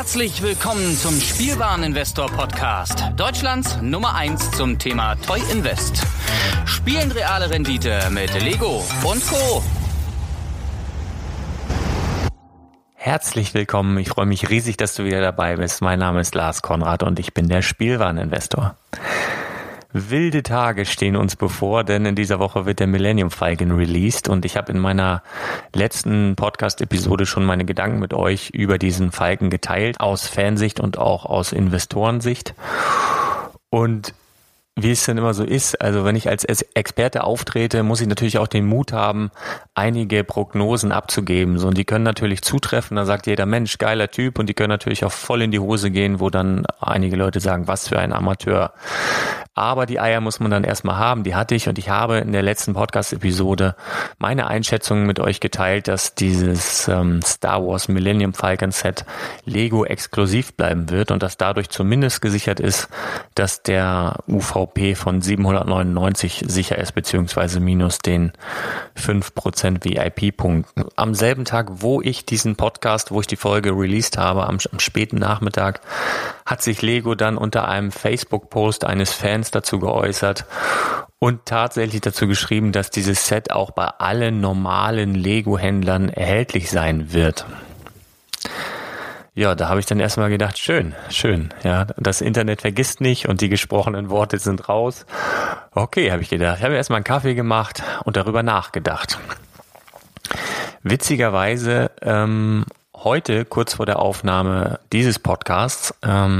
Herzlich willkommen zum Spielwareninvestor-Podcast. Deutschlands Nummer 1 zum Thema Toy Invest. Spielen reale Rendite mit Lego und Co. Herzlich willkommen. Ich freue mich riesig, dass du wieder dabei bist. Mein Name ist Lars Konrad und ich bin der Spielwareninvestor. Wilde Tage stehen uns bevor, denn in dieser Woche wird der Millennium Falcon released und ich habe in meiner letzten Podcast-Episode schon meine Gedanken mit euch über diesen Falcon geteilt, aus Fansicht und auch aus Investorensicht. Und wie es denn immer so ist, also wenn ich als Experte auftrete, muss ich natürlich auch den Mut haben, einige Prognosen abzugeben. So, und die können natürlich zutreffen, da sagt jeder Mensch, geiler Typ, und die können natürlich auch voll in die Hose gehen, wo dann einige Leute sagen, was für ein Amateur. Aber die Eier muss man dann erstmal haben, die hatte ich, und ich habe in der letzten Podcast-Episode meine Einschätzung mit euch geteilt, dass dieses Star Wars Millennium Falcon Set Lego exklusiv bleiben wird und dass dadurch zumindest gesichert ist, dass der UVP von 799 sicher ist, beziehungsweise minus den 5% VIP-Punkten. Am selben Tag, wo ich diesen Podcast, wo ich die Folge released habe, am späten Nachmittag, hat sich Lego dann unter einem Facebook-Post eines Fans dazu geäußert und tatsächlich dazu geschrieben, dass dieses Set auch bei allen normalen Lego-Händlern erhältlich sein wird. Ja, da habe ich dann erstmal gedacht, schön, ja, das Internet vergisst nicht und die gesprochenen Worte sind raus. Okay, habe ich gedacht. Ich habe erstmal einen Kaffee gemacht und darüber nachgedacht. Witzigerweise, heute, kurz vor der Aufnahme dieses Podcasts,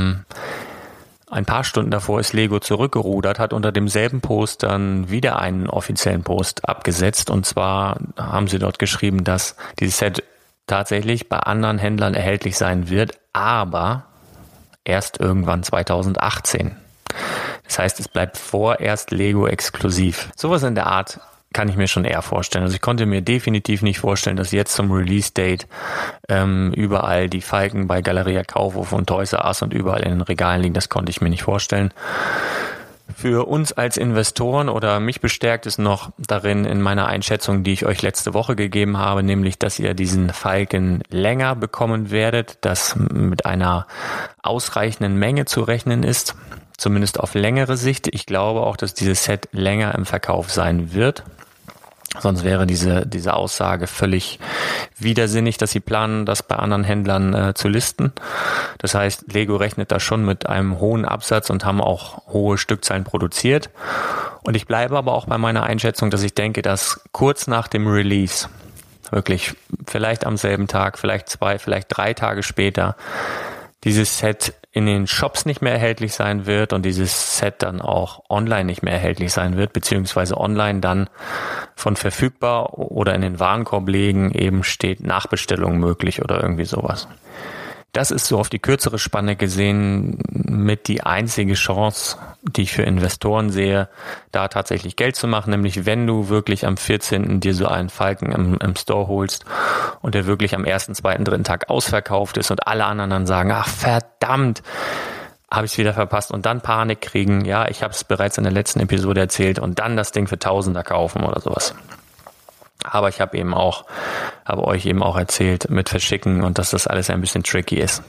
ein paar Stunden davor ist Lego zurückgerudert, hat unter demselben Post dann wieder einen offiziellen Post abgesetzt, und zwar haben sie dort geschrieben, dass dieses Set tatsächlich bei anderen Händlern erhältlich sein wird, aber erst irgendwann 2018. Das heißt, es bleibt vorerst Lego exklusiv. Sowas in der Art kann ich mir schon eher vorstellen. Also ich konnte mir definitiv nicht vorstellen, dass jetzt zum Release-Date überall die Falken bei Galeria Kaufhof und Toys R Us und überall in den Regalen liegen. Das konnte ich mir nicht vorstellen. Für uns als Investoren, oder mich bestärkt es noch darin in meiner Einschätzung, die ich euch letzte Woche gegeben habe, nämlich, dass ihr diesen Falken länger bekommen werdet, dass mit einer ausreichenden Menge zu rechnen ist, zumindest auf längere Sicht. Ich glaube auch, dass dieses Set länger im Verkauf sein wird. Sonst wäre diese Aussage völlig widersinnig, dass sie planen, das bei anderen Händlern zu listen. Das heißt, Lego rechnet da schon mit einem hohen Absatz und haben auch hohe Stückzahlen produziert. Und ich bleibe aber auch bei meiner Einschätzung, dass ich denke, dass kurz nach dem Release, wirklich vielleicht am selben Tag, vielleicht 2, vielleicht 3 Tage später, dieses Set in den Shops nicht mehr erhältlich sein wird und dieses Set dann auch online nicht mehr erhältlich sein wird, beziehungsweise online dann von verfügbar oder in den Warenkorb legen eben steht Nachbestellung möglich oder irgendwie sowas. Das ist so auf die kürzere Spanne gesehen mit die einzige Chance, die ich für Investoren sehe, da tatsächlich Geld zu machen, nämlich wenn du wirklich am 14. dir so einen Falken im Store holst und der wirklich am 1., 2., 3. Tag ausverkauft ist und alle anderen dann sagen, ach verdammt, habe ich es wieder verpasst, und dann Panik kriegen, ja, ich habe es bereits in der letzten Episode erzählt, und dann das Ding für Tausender kaufen oder sowas. Aber ich habe euch eben auch erzählt mit Verschicken und dass das alles ein bisschen tricky ist.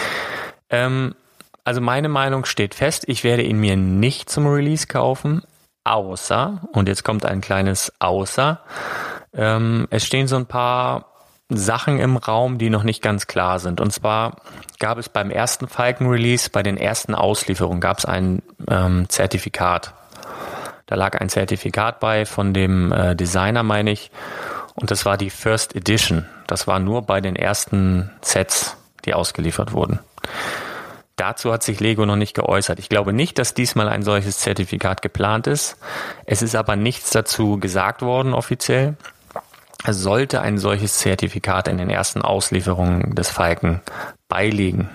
Also meine Meinung steht fest, ich werde ihn mir nicht zum Release kaufen, außer, und jetzt kommt ein kleines Außer, es stehen so ein paar Sachen im Raum, die noch nicht ganz klar sind. Und zwar gab es beim ersten Falcon-Release, bei den ersten Auslieferungen, gab es ein Zertifikat. Da lag ein Zertifikat bei von dem Designer, meine ich, und das war die First Edition. Das war nur bei den ersten Sets, die ausgeliefert wurden. Dazu hat sich Lego noch nicht geäußert. Ich glaube nicht, dass diesmal ein solches Zertifikat geplant ist. Es ist aber nichts dazu gesagt worden offiziell. Es sollte ein solches Zertifikat in den ersten Auslieferungen des Falken beiliegen.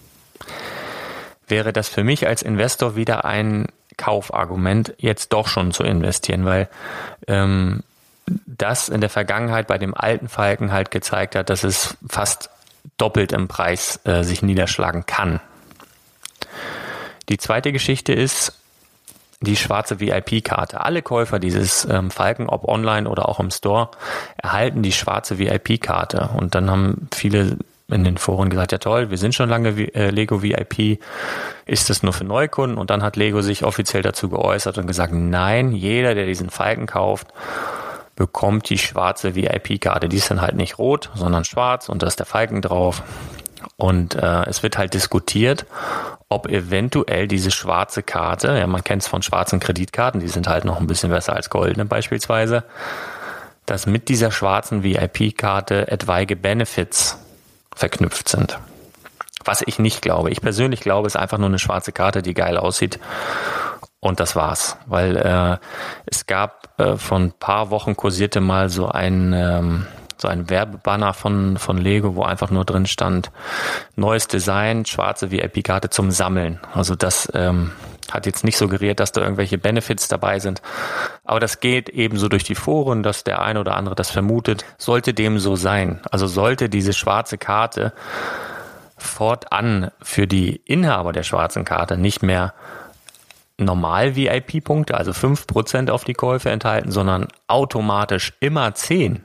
Wäre das für mich als Investor wieder ein Kaufargument, jetzt doch schon zu investieren, weil das in der Vergangenheit bei dem alten Falken halt gezeigt hat, dass es fast doppelt im Preis sich niederschlagen kann. Die zweite Geschichte ist die schwarze VIP-Karte. Alle Käufer dieses Falken, ob online oder auch im Store, erhalten die schwarze VIP-Karte. Und dann haben viele in den Foren gesagt, ja toll, wir sind schon lange Lego VIP, ist das nur für Neukunden? Und dann hat Lego sich offiziell dazu geäußert und gesagt, nein, jeder, der diesen Falken kauft, bekommt die schwarze VIP-Karte. Die ist dann halt nicht rot, sondern schwarz und da ist der Falken drauf. Und es wird halt diskutiert, ob eventuell diese schwarze Karte, ja, man kennt es von schwarzen Kreditkarten, die sind halt noch ein bisschen besser als goldene beispielsweise, dass mit dieser schwarzen VIP-Karte etwaige Benefits verknüpft sind. Was ich nicht glaube. Ich persönlich glaube, es ist einfach nur eine schwarze Karte, die geil aussieht. Und das war's. Weil es gab vor ein paar Wochen kursierte mal so ein Werbebanner von Lego, wo einfach nur drin stand, neues Design, schwarze VIP-Karte zum Sammeln. Also das hat jetzt nicht suggeriert, dass da irgendwelche Benefits dabei sind. Aber das geht eben so durch die Foren, dass der eine oder andere das vermutet. Sollte dem so sein, also sollte diese schwarze Karte fortan für die Inhaber der schwarzen Karte nicht mehr normal VIP-Punkte, also 5% auf die Käufe enthalten, sondern automatisch immer 10%,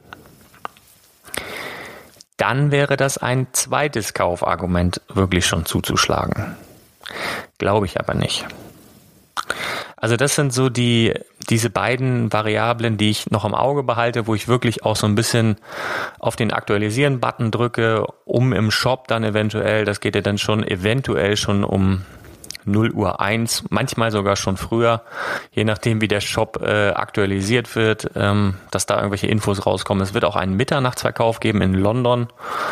dann wäre das ein zweites Kaufargument, wirklich schon zuzuschlagen. Glaube ich aber nicht. Also das sind so diese beiden Variablen, die ich noch im Auge behalte, wo ich wirklich auch so ein bisschen auf den Aktualisieren-Button drücke, um im Shop dann eventuell, das geht ja dann schon eventuell schon um 0:01, manchmal sogar schon früher, je nachdem wie der Shop aktualisiert wird, dass da irgendwelche Infos rauskommen. Es wird auch einen Mitternachtsverkauf geben in London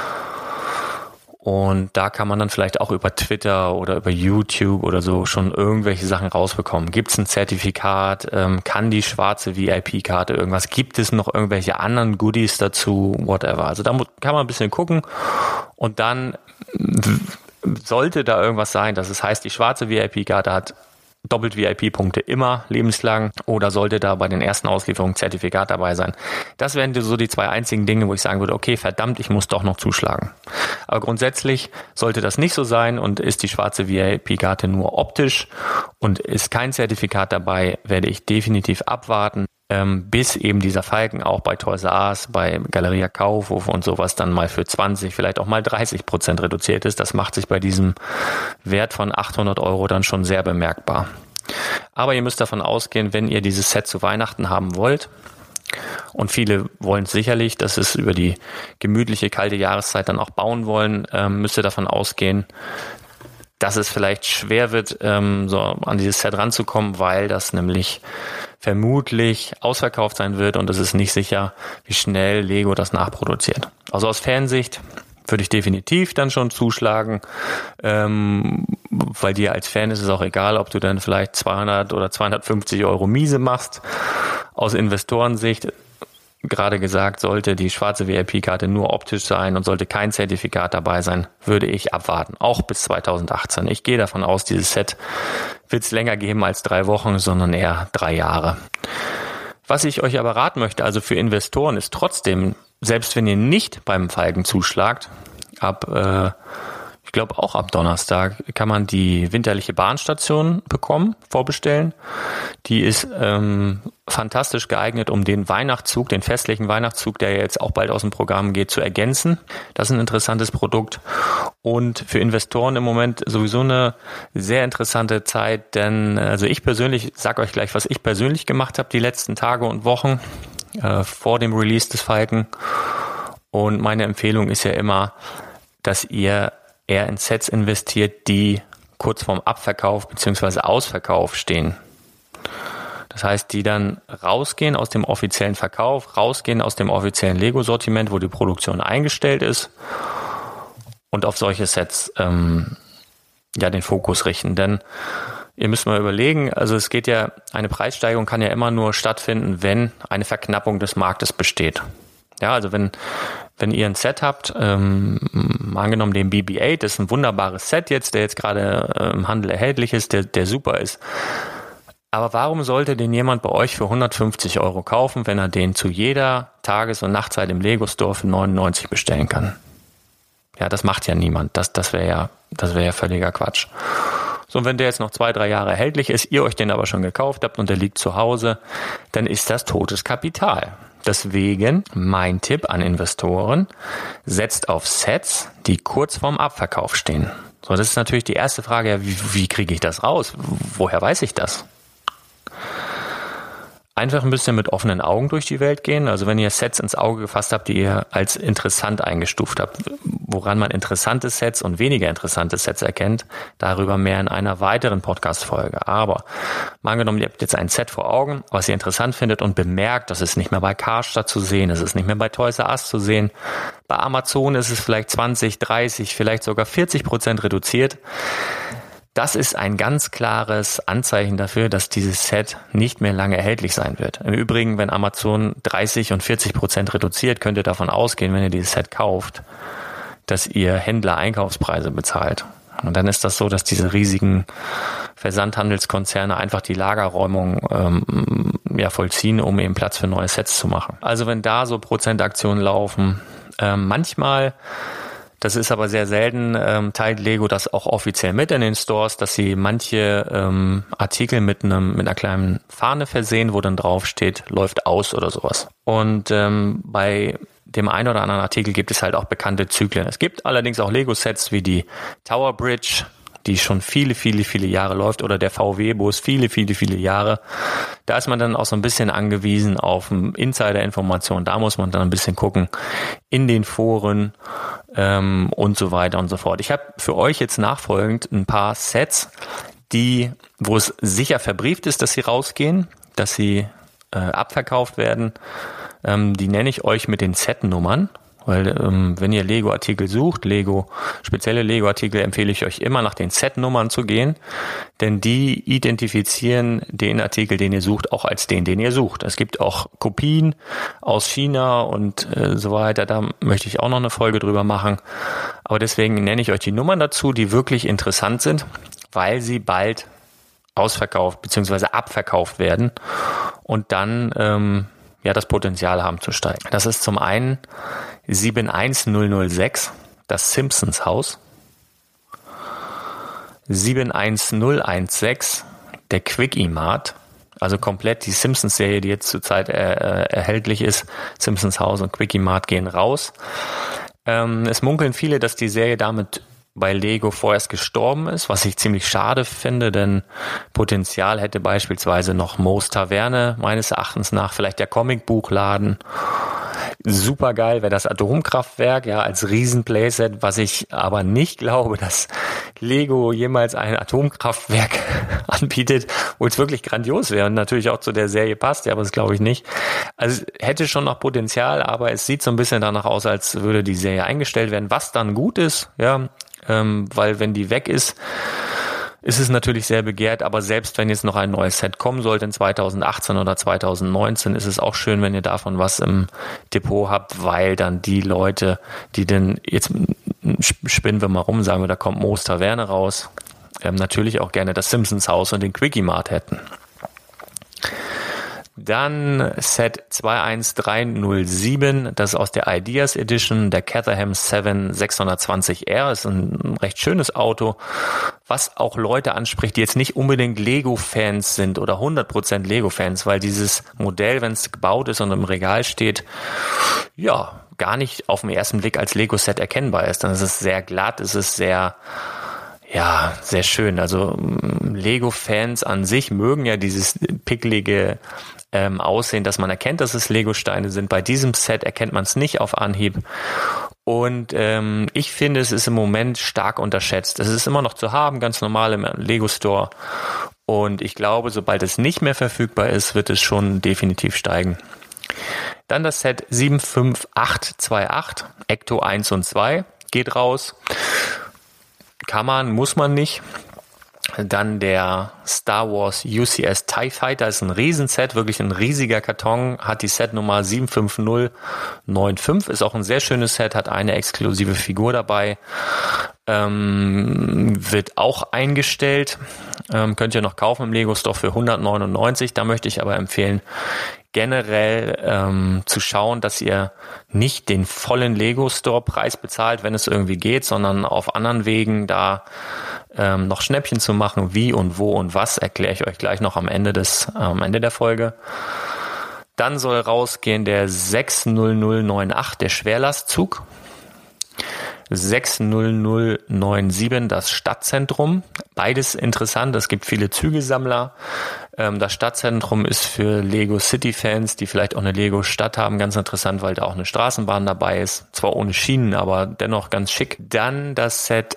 und da kann man dann vielleicht auch über Twitter oder über YouTube oder so schon irgendwelche Sachen rausbekommen. Gibt es ein Zertifikat? Kann die schwarze VIP-Karte irgendwas? Gibt es noch irgendwelche anderen Goodies dazu? Whatever. Also da kann man ein bisschen gucken und dann sollte da irgendwas sein, dass es heißt, die schwarze VIP-Karte hat doppelt VIP-Punkte immer lebenslang oder sollte da bei den ersten Auslieferungen Zertifikat dabei sein. Das wären so die zwei einzigen Dinge, wo ich sagen würde, okay, verdammt, ich muss doch noch zuschlagen. Aber grundsätzlich sollte das nicht so sein und ist die schwarze VIP-Karte nur optisch und ist kein Zertifikat dabei, werde ich definitiv abwarten, bis eben dieser Falken auch bei Toys R Us, bei Galeria Kaufhof und sowas dann mal für 20, vielleicht auch mal 30% reduziert ist. Das macht sich bei diesem Wert von 800 € dann schon sehr bemerkbar. Aber ihr müsst davon ausgehen, wenn ihr dieses Set zu Weihnachten haben wollt, und viele wollen es sicherlich, dass es über die gemütliche, kalte Jahreszeit dann auch bauen wollen, müsst ihr davon ausgehen, dass es vielleicht schwer wird, so an dieses Set ranzukommen, weil das nämlich vermutlich ausverkauft sein wird und es ist nicht sicher, wie schnell Lego das nachproduziert. Also aus Fansicht würde ich definitiv dann schon zuschlagen, weil dir als Fan ist es auch egal, ob du dann vielleicht 200 oder 250 € Miese machst. Aus Investorensicht, gerade gesagt, sollte die schwarze VIP-Karte nur optisch sein und sollte kein Zertifikat dabei sein, würde ich abwarten, auch bis 2018. Ich gehe davon aus, dieses Set wird es länger geben als 3 Wochen, sondern eher 3 Jahre. Was ich euch aber raten möchte, also für Investoren, ist trotzdem, selbst wenn ihr nicht beim Falken zuschlagt, ich glaube auch ab Donnerstag kann man die winterliche Bahnstation bekommen, vorbestellen. Die ist fantastisch geeignet, um den Weihnachtszug, den festlichen Weihnachtszug, der jetzt auch bald aus dem Programm geht, zu ergänzen. Das ist ein interessantes Produkt und für Investoren im Moment sowieso eine sehr interessante Zeit, denn also ich persönlich, sage euch gleich, was ich persönlich gemacht habe die letzten Tage und Wochen vor dem Release des Falken, und meine Empfehlung ist ja immer, dass ihr eher in Sets investiert, die kurz vorm Abverkauf bzw. Ausverkauf stehen. Das heißt, die dann rausgehen aus dem offiziellen Verkauf, rausgehen aus dem offiziellen Lego-Sortiment, wo die Produktion eingestellt ist, und auf solche Sets den Fokus richten. Denn ihr müsst mal überlegen, also es geht ja, eine Preissteigerung kann ja immer nur stattfinden, wenn eine Verknappung des Marktes besteht. Ja, also wenn ihr ein Set habt, angenommen den BB-8, das ist ein wunderbares Set jetzt, der jetzt gerade im Handel erhältlich ist, der super ist. Aber warum sollte den jemand bei euch für 150 € kaufen, wenn er den zu jeder Tages- und Nachtzeit im Lego Store für 99 bestellen kann? Ja, das macht ja niemand. Das wäre ja völliger Quatsch. So, und wenn der jetzt noch 2-3 Jahre erhältlich ist, ihr euch den aber schon gekauft habt und der liegt zu Hause, dann ist das totes Kapital. Deswegen mein Tipp an Investoren, setzt auf Sets, die kurz vorm Abverkauf stehen. So, das ist natürlich die erste Frage, ja, wie kriege ich das raus? Woher weiß ich das? Einfach ein bisschen mit offenen Augen durch die Welt gehen. Also wenn ihr Sets ins Auge gefasst habt, die ihr als interessant eingestuft habt, woran man interessante Sets und weniger interessante Sets erkennt, darüber mehr in einer weiteren Podcast-Folge. Aber mal angenommen, ihr habt jetzt ein Set vor Augen, was ihr interessant findet und bemerkt, das ist nicht mehr bei Karstadt zu sehen, es ist nicht mehr bei Toys R Us zu sehen. Bei Amazon ist es vielleicht 20, 30, vielleicht sogar 40% reduziert. Das ist ein ganz klares Anzeichen dafür, dass dieses Set nicht mehr lange erhältlich sein wird. Im Übrigen, wenn Amazon 30 und 40% reduziert, könnt ihr davon ausgehen, wenn ihr dieses Set kauft, dass ihr Händler Einkaufspreise bezahlt. Und dann ist das so, dass diese riesigen Versandhandelskonzerne einfach die Lagerräumung vollziehen, um eben Platz für neue Sets zu machen. Also wenn da so Prozentaktionen laufen, manchmal, das ist aber sehr selten, teilt Lego das auch offiziell mit in den Stores, dass sie manche Artikel mit einer kleinen Fahne versehen, wo dann drauf steht, läuft aus oder sowas. Und bei dem einen oder anderen Artikel gibt es halt auch bekannte Zyklen. Es gibt allerdings auch Lego-Sets wie die Tower Bridge, die schon viele, viele, viele Jahre läuft, oder der VW-Bus viele, viele, viele Jahre. Da ist man dann auch so ein bisschen angewiesen auf Insider-Informationen. Da muss man dann ein bisschen gucken in den Foren und so weiter und so fort. Ich habe für euch jetzt nachfolgend ein paar Sets, wo es sicher verbrieft ist, dass sie rausgehen, dass sie abverkauft werden. Die nenne ich euch mit den Set-Nummern. Weil wenn ihr Lego-Artikel sucht, spezielle Lego-Artikel, empfehle ich euch immer nach den Set-Nummern zu gehen, denn die identifizieren den Artikel, den ihr sucht, auch als den ihr sucht. Es gibt auch Kopien aus China und so weiter, da möchte ich auch noch eine Folge drüber machen. Aber deswegen nenne ich euch die Nummern dazu, die wirklich interessant sind, weil sie bald ausverkauft bzw. abverkauft werden und dann das Potenzial haben zu steigen. Das ist zum einen 71006, das Simpsons Haus. 71016, der Quickie-Mart. Also komplett die Simpsons-Serie, die jetzt zurzeit erhältlich ist. Simpsons Haus und Quickie-Mart gehen raus. Es munkeln viele, dass die Serie damit bei Lego vorerst gestorben ist, was ich ziemlich schade finde, denn Potenzial hätte beispielsweise noch Moe's Taverne, meines Erachtens nach, vielleicht der Comicbuchladen. Super geil wäre das Atomkraftwerk, ja, als Riesen-Playset, was ich aber nicht glaube, dass Lego jemals ein Atomkraftwerk anbietet, wo es wirklich grandios wäre und natürlich auch zu der Serie passt, ja, aber das glaube ich nicht. Also hätte schon noch Potenzial, aber es sieht so ein bisschen danach aus, als würde die Serie eingestellt werden, was dann gut ist, ja, weil wenn die weg ist, ist es natürlich sehr begehrt, aber selbst wenn jetzt noch ein neues Set kommen sollte in 2018 oder 2019, ist es auch schön, wenn ihr davon was im Depot habt, weil dann die Leute, die denn jetzt spinnen wir mal rum, sagen wir, da kommt Moe's Taverne raus, natürlich auch gerne das Simpsons Haus und den Quickie-Mart hätten. Dann Set 21307, das ist aus der Ideas Edition, der Caterham 7 620R, ist ein recht schönes Auto, was auch Leute anspricht, die jetzt nicht unbedingt Lego-Fans sind oder 100% Lego-Fans, weil dieses Modell, wenn es gebaut ist und im Regal steht, ja, gar nicht auf den ersten Blick als Lego-Set erkennbar ist. Dann ist es sehr glatt, es ist sehr schön. Also Lego-Fans an sich mögen ja dieses pickelige Aussehen, dass man erkennt, dass es Lego-Steine sind. Bei diesem Set erkennt man es nicht auf Anhieb. Und ich finde, es ist im Moment stark unterschätzt. Es ist immer noch zu haben, ganz normal im Lego-Store. Und ich glaube, sobald es nicht mehr verfügbar ist, wird es schon definitiv steigen. Dann das Set 75828, Ecto 1 und 2, geht raus. Kann man, muss man nicht. Dann der Star Wars UCS TIE Fighter ist ein Riesenset, wirklich ein riesiger Karton, hat die Setnummer 75095, ist auch ein sehr schönes Set, hat eine exklusive Figur dabei, wird auch eingestellt, könnt ihr noch kaufen im Lego Store für 199, da möchte ich aber empfehlen, generell zu schauen, dass ihr nicht den vollen Lego Store Preis bezahlt, wenn es irgendwie geht, sondern auf anderen Wegen da noch Schnäppchen zu machen, wie und wo und was, erkläre ich euch gleich noch am Ende der Folge. Dann soll rausgehen der 60098, der Schwerlastzug. 60097, das Stadtzentrum. Beides interessant, es gibt viele Zügesammler. Das Stadtzentrum ist für Lego City-Fans, die vielleicht auch eine Lego-Stadt haben, ganz interessant, weil da auch eine Straßenbahn dabei ist. Zwar ohne Schienen, aber dennoch ganz schick. Dann das Set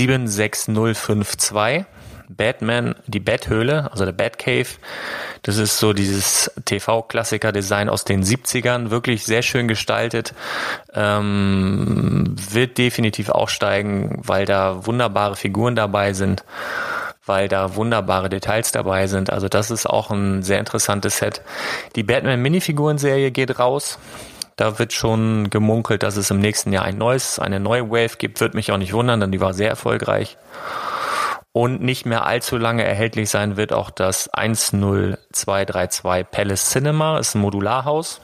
76052. Batman, die Bathöhle, also der Batcave. Das ist so dieses TV-Klassiker-Design aus den 70ern, wirklich sehr schön gestaltet. Wird definitiv auch steigen, weil da wunderbare Figuren dabei sind, weil da wunderbare Details dabei sind. Also das ist auch ein sehr interessantes Set. Die Batman-Minifiguren-Serie geht raus. Da wird schon gemunkelt, dass es im nächsten Jahr eine neue Wave gibt. Wird mich auch nicht wundern, denn die war sehr erfolgreich. Und nicht mehr allzu lange erhältlich sein wird auch das 10232 Palace Cinema, ist ein Modularhaus.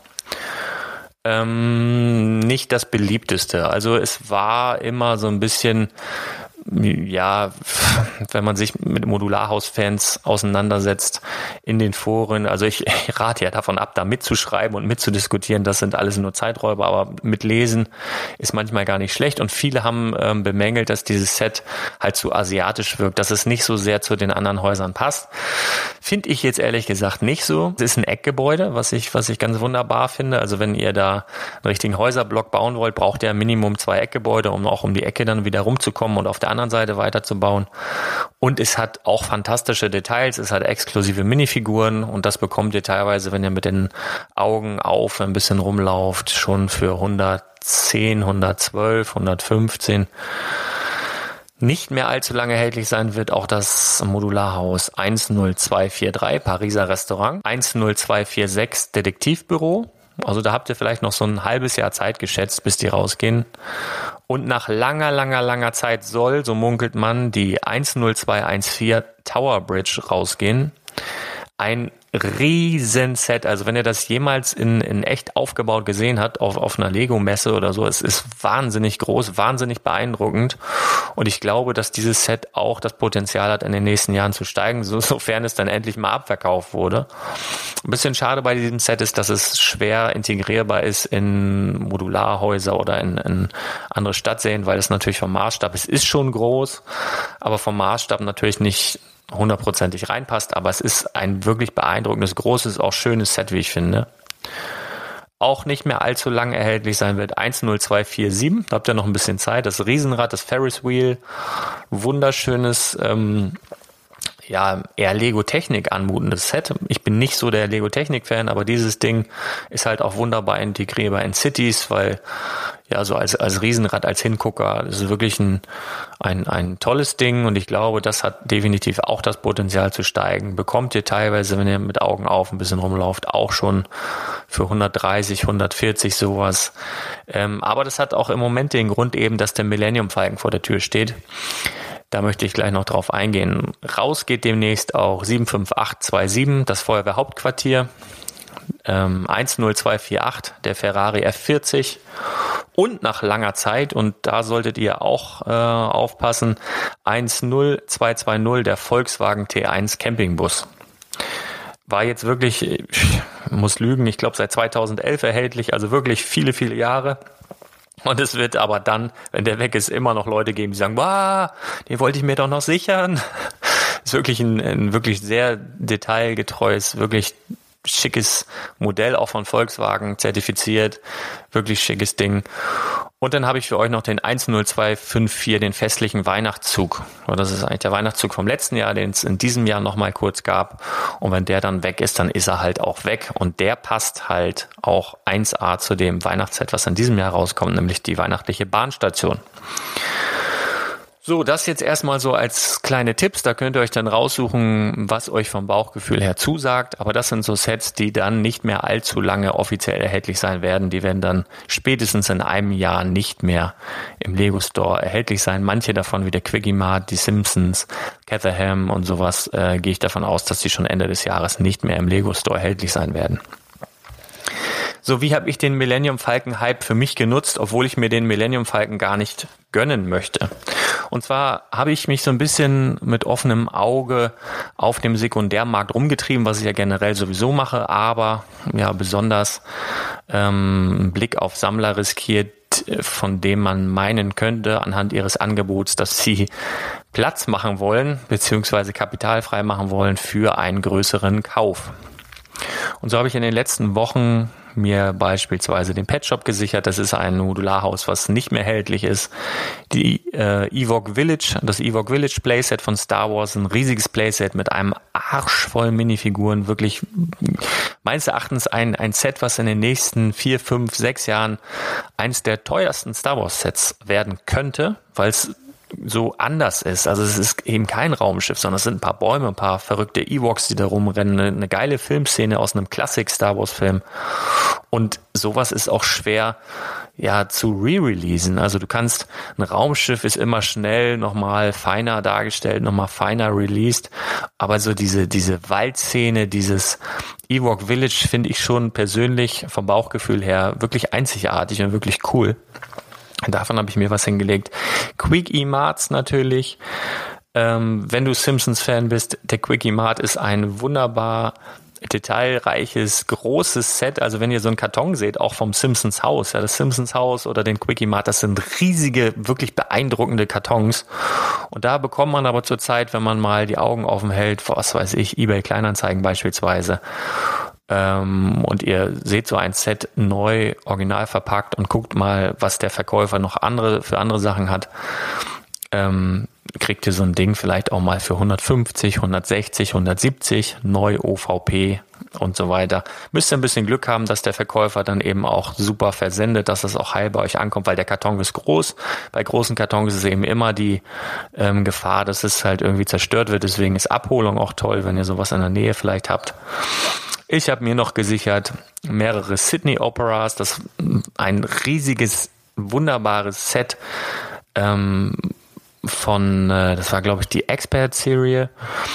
Nicht das beliebteste. Also es war immer so ein bisschen, ja, wenn man sich mit Modularhaus-Fans auseinandersetzt in den Foren, also ich rate ja davon ab, da mitzuschreiben und mitzudiskutieren, das sind alles nur Zeiträuber, aber mitlesen ist manchmal gar nicht schlecht und viele haben bemängelt, dass dieses Set halt zu asiatisch wirkt, dass es nicht so sehr zu den anderen Häusern passt. Finde ich jetzt ehrlich gesagt nicht so. Es ist ein Eckgebäude, was ich ganz wunderbar finde, also wenn ihr da einen richtigen Häuserblock bauen wollt, braucht ihr Minimum 2 Eckgebäude, um auch um die Ecke dann wieder rumzukommen und auf der anderen Seite weiterzubauen. Und es hat auch fantastische Details, es hat exklusive Minifiguren und das bekommt ihr teilweise, wenn ihr mit den Augen auf ein bisschen rumlauft, schon für 110, 112, 115. Nicht mehr allzu lange erhältlich sein wird auch das Modularhaus 10243 Pariser Restaurant, 10246 Detektivbüro. Also da habt ihr vielleicht noch so ein halbes Jahr Zeit geschätzt, bis die rausgehen. Und nach langer Zeit soll, so munkelt man, die 10214 Tower Bridge rausgehen. Ein Riesenset, also wenn ihr das jemals in echt aufgebaut gesehen habt, auf einer Lego-Messe oder so, es ist wahnsinnig groß, wahnsinnig beeindruckend und ich glaube, dass dieses Set auch das Potenzial hat, in den nächsten Jahren zu steigen, sofern es dann endlich mal abverkauft wurde. Ein bisschen schade bei diesem Set ist, dass es schwer integrierbar ist in Modularhäuser oder in andere Stadtserien, weil es natürlich vom Maßstab, es ist schon groß, aber vom Maßstab natürlich nicht 100%ig reinpasst, aber es ist ein wirklich beeindruckendes, großes, auch schönes Set, wie ich finde. Auch nicht mehr allzu lang erhältlich sein wird 10247, da habt ihr noch ein bisschen Zeit, das Riesenrad, das Ferris Wheel, wunderschönes, eher Lego-Technik anmutendes Set. Ich bin nicht so der Lego-Technik-Fan, aber dieses Ding ist halt auch wunderbar integrierbar in Cities, weil ja, so als Riesenrad, als Hingucker, das ist wirklich ein tolles Ding und ich glaube, das hat definitiv auch das Potenzial zu steigen. Bekommt ihr teilweise, wenn ihr mit Augen auf ein bisschen rumlauft, auch schon für 130, 140 sowas. Aber das hat auch im Moment den Grund eben, dass der Millennium Falcon vor der Tür steht. Da möchte ich gleich noch drauf eingehen. Raus geht demnächst auch 75827, das Feuerwehrhauptquartier. 10248, der Ferrari F40 und nach langer Zeit, und da solltet ihr auch aufpassen, 10220, der Volkswagen T1 Campingbus. War jetzt wirklich, ich muss lügen, ich glaube seit 2011 erhältlich, also wirklich viele Jahre. Und es wird aber dann, wenn der weg ist, immer noch Leute geben, die sagen, den wollte ich mir doch noch sichern. Ist wirklich ein wirklich sehr detailgetreues, wirklich schickes Modell, auch von Volkswagen zertifiziert, wirklich schickes Ding. Und dann habe ich für euch noch den 10254, den festlichen Weihnachtszug. Das ist eigentlich der Weihnachtszug vom letzten Jahr, den es in diesem Jahr nochmal kurz gab. Und wenn der dann weg ist, dann ist er halt auch weg. Und der passt halt auch 1A zu dem Weihnachtsset, was in diesem Jahr rauskommt, nämlich die weihnachtliche Bahnstation. So, das jetzt erstmal so als kleine Tipps, da könnt ihr euch dann raussuchen, was euch vom Bauchgefühl her zusagt, aber das sind so Sets, die dann nicht mehr allzu lange offiziell erhältlich sein werden, die werden dann spätestens in einem Jahr nicht mehr im Lego Store erhältlich sein, manche davon wie der Quickie-Mart, die Simpsons, Caterham und sowas, gehe ich davon aus, dass die schon Ende des Jahres nicht mehr im Lego Store erhältlich sein werden. So, wie habe ich den Millennium Falcon Hype für mich genutzt, obwohl ich mir den Millennium Falcon gar nicht gönnen möchte? Und zwar habe ich mich so ein bisschen mit offenem Auge auf dem Sekundärmarkt rumgetrieben, was ich ja generell sowieso mache, aber ja besonders einen Blick auf Sammler riskiert, von dem man meinen könnte, anhand ihres Angebots, dass sie Platz machen wollen, beziehungsweise kapitalfrei machen wollen für einen größeren Kauf. Und so habe ich in den letzten Wochen mir beispielsweise den Pet Shop gesichert. Das ist ein Modularhaus, was nicht mehr erhältlich ist. Die Ewok Village, das Ewok Village Playset von Star Wars, ein riesiges Playset mit einem Arsch voll Minifiguren. Wirklich meines Erachtens ein Set, was in den nächsten 4, 5, 6 Jahren eins der teuersten Star Wars Sets werden könnte, weil es so anders ist. Also es ist eben kein Raumschiff, sondern es sind ein paar Bäume, ein paar verrückte Ewoks, die da rumrennen, eine geile Filmszene aus einem Klassik-Star Wars-Film. Und sowas ist auch schwer zu re-releasen. Also du kannst, ein Raumschiff ist immer schnell nochmal feiner dargestellt, nochmal feiner released, aber so diese Waldszene, dieses Ewok Village finde ich schon persönlich vom Bauchgefühl her wirklich einzigartig und wirklich cool. Davon habe ich mir was hingelegt. Quickie-Marts natürlich. Wenn du Simpsons-Fan bist, der Quickie-Mart ist ein wunderbar detailreiches, großes Set. Also wenn ihr so einen Karton seht, auch vom Simpsons-Haus, ja, das Simpsons-Haus oder den Quickie-Mart, das sind riesige, wirklich beeindruckende Kartons. Und da bekommt man aber zurzeit, wenn man mal die Augen offen hält, was weiß ich, eBay Kleinanzeigen beispielsweise, und ihr seht so ein Set neu, original verpackt und guckt mal, was der Verkäufer noch für andere Sachen hat, kriegt ihr so ein Ding vielleicht auch mal für 150, 160, 170, neu OVP und so weiter. Müsst ihr ein bisschen Glück haben, dass der Verkäufer dann eben auch super versendet, dass es auch heil bei euch ankommt, weil der Karton ist groß. Bei großen Kartons ist eben immer die Gefahr, dass es halt irgendwie zerstört wird. Deswegen ist Abholung auch toll, wenn ihr sowas in der Nähe vielleicht habt. Ich habe mir noch gesichert mehrere Sydney Operas, das ein riesiges, wunderbares Set von, das war glaube ich die Expert-Serie.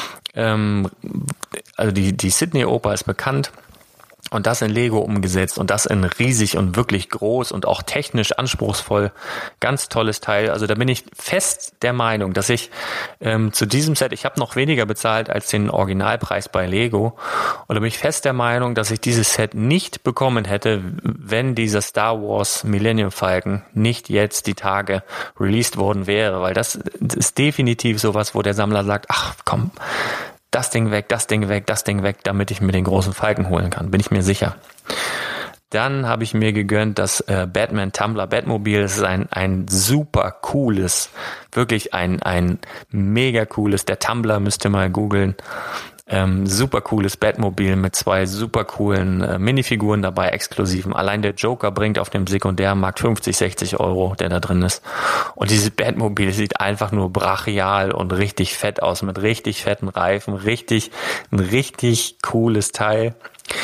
Also die Sydney Oper ist bekannt. Und das in Lego umgesetzt und das in riesig und wirklich groß und auch technisch anspruchsvoll. Ganz tolles Teil. Also da bin ich fest der Meinung, dass ich zu diesem Set, ich habe noch weniger bezahlt als den Originalpreis bei Lego. Und da bin ich fest der Meinung, dass ich dieses Set nicht bekommen hätte, wenn dieser Star Wars Millennium Falcon nicht jetzt die Tage released worden wäre. Weil das ist definitiv sowas, wo der Sammler sagt, ach komm, das Ding weg, das Ding weg, das Ding weg, damit ich mir den großen Falken holen kann, bin ich mir sicher. Dann habe ich mir gegönnt das Batman Tumbler Batmobil. Das ist ein super cooles, wirklich ein mega cooles, der Tumbler müsst ihr mal googeln. Super cooles Batmobil mit 2 super coolen Minifiguren dabei, exklusiven. Allein der Joker bringt auf dem Sekundärmarkt 50, 60 Euro, der da drin ist. Und dieses Batmobil sieht einfach nur brachial und richtig fett aus, mit richtig fetten Reifen, ein richtig cooles Teil.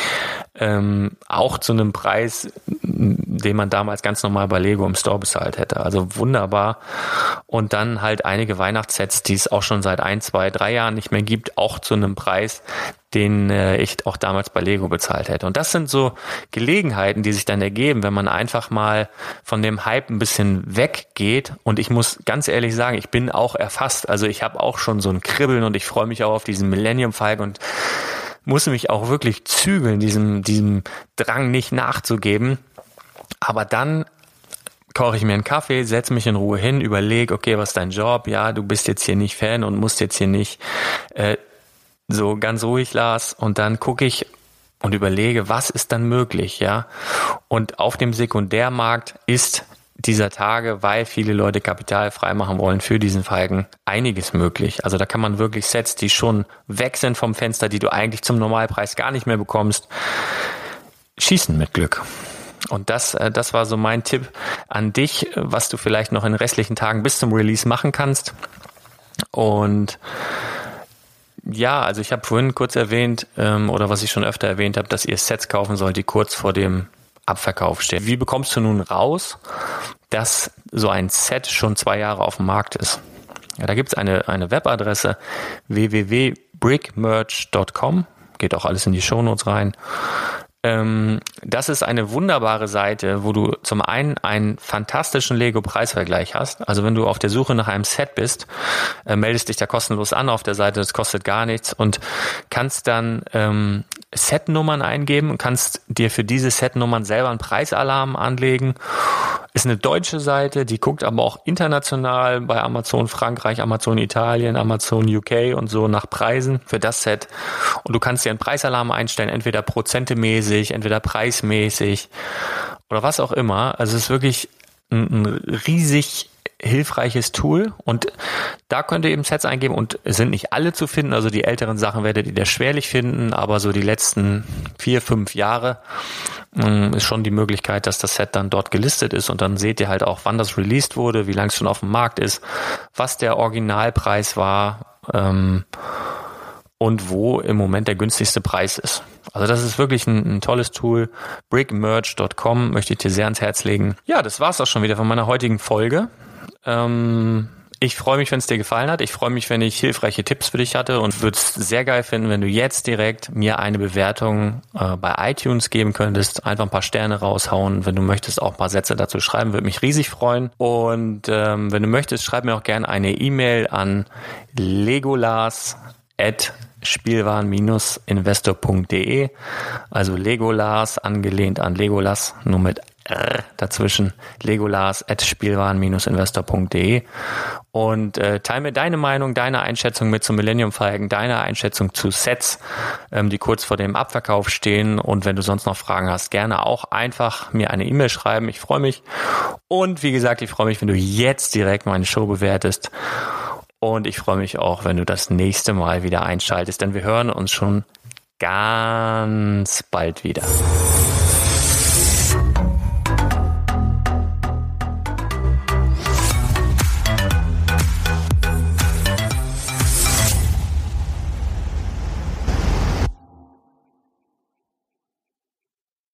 Auch zu einem Preis, den man damals ganz normal bei Lego im Store bezahlt hätte. Also wunderbar. Und dann halt einige Weihnachtssets, die es auch schon seit 1, 2, 3 Jahren nicht mehr gibt, auch zu einem Preis, den ich auch damals bei Lego bezahlt hätte. Und das sind so Gelegenheiten, die sich dann ergeben, wenn man einfach mal von dem Hype ein bisschen weggeht. Und ich muss ganz ehrlich sagen, ich bin auch erfasst. Also ich habe auch schon so ein Kribbeln und ich freue mich auch auf diesen Millennium Falcon und muss mich auch wirklich zügeln, diesem Drang nicht nachzugeben. Aber dann koche ich mir einen Kaffee, setze mich in Ruhe hin, überlege, okay, was ist dein Job? Ja, du bist jetzt hier nicht Fan und musst jetzt hier nicht so ganz ruhig, Lars. Und dann gucke ich und überlege, was ist dann möglich, ja? Und auf dem Sekundärmarkt ist dieser Tage, weil viele Leute Kapital freimachen wollen für diesen Falken, einiges möglich. Also da kann man wirklich Sets, die schon weg sind vom Fenster, die du eigentlich zum Normalpreis gar nicht mehr bekommst, schießen mit Glück. Und das war so mein Tipp an dich, was du vielleicht noch in den restlichen Tagen bis zum Release machen kannst. Und ja, also ich habe vorhin kurz erwähnt, oder was ich schon öfter erwähnt habe, dass ihr Sets kaufen sollt, die kurz vor dem Abverkauf stehen. Wie bekommst du nun raus, dass so ein Set schon 2 Jahre auf dem Markt ist? Ja, da gibt es eine Webadresse www.brickmerch.com, geht auch alles in die Shownotes rein. Das ist eine wunderbare Seite, wo du zum einen einen fantastischen Lego-Preisvergleich hast. Also wenn du auf der Suche nach einem Set bist, meldest dich da kostenlos an auf der Seite, das kostet gar nichts und kannst dann Setnummern eingeben und kannst dir für diese Setnummern selber einen Preisalarm anlegen. Ist eine deutsche Seite, die guckt aber auch international bei Amazon Frankreich, Amazon Italien, Amazon UK und so nach Preisen für das Set. Und du kannst dir einen Preisalarm einstellen, entweder prozentemäßig, entweder preismäßig oder was auch immer. Also es ist wirklich ein riesig hilfreiches Tool und da könnt ihr eben Sets eingeben und es sind nicht alle zu finden, also die älteren Sachen werdet ihr da schwerlich finden, aber so die letzten 4-5 Jahre ist schon die Möglichkeit, dass das Set dann dort gelistet ist und dann seht ihr halt auch, wann das released wurde, wie lange es schon auf dem Markt ist, was der Originalpreis war und wo im Moment der günstigste Preis ist. Also das ist wirklich ein tolles Tool. Brickmerch.com möchte ich dir sehr ans Herz legen. Ja, das war's auch schon wieder von meiner heutigen Folge. Ich freue mich, wenn es dir gefallen hat. Ich freue mich, wenn ich hilfreiche Tipps für dich hatte und würde es sehr geil finden, wenn du jetzt direkt mir eine Bewertung bei iTunes geben könntest. Einfach ein paar Sterne raushauen. Wenn du möchtest, auch ein paar Sätze dazu schreiben. Würde mich riesig freuen. Und wenn du möchtest, schreib mir auch gerne eine E-Mail an legolas@spielwaren-investor.de. Also Legolas, angelehnt an Legolas, nur mit R dazwischen, legolas@spielwaren-investor.de und teile mir deine Meinung, deine Einschätzung mit zum Millennium Falcon, deine Einschätzung zu Sets, die kurz vor dem Abverkauf stehen und wenn du sonst noch Fragen hast, gerne auch einfach mir eine E-Mail schreiben, ich freue mich und wie gesagt, ich freue mich, wenn du jetzt direkt meine Show bewertest und ich freue mich auch, wenn du das nächste Mal wieder einschaltest, denn wir hören uns schon ganz bald wieder.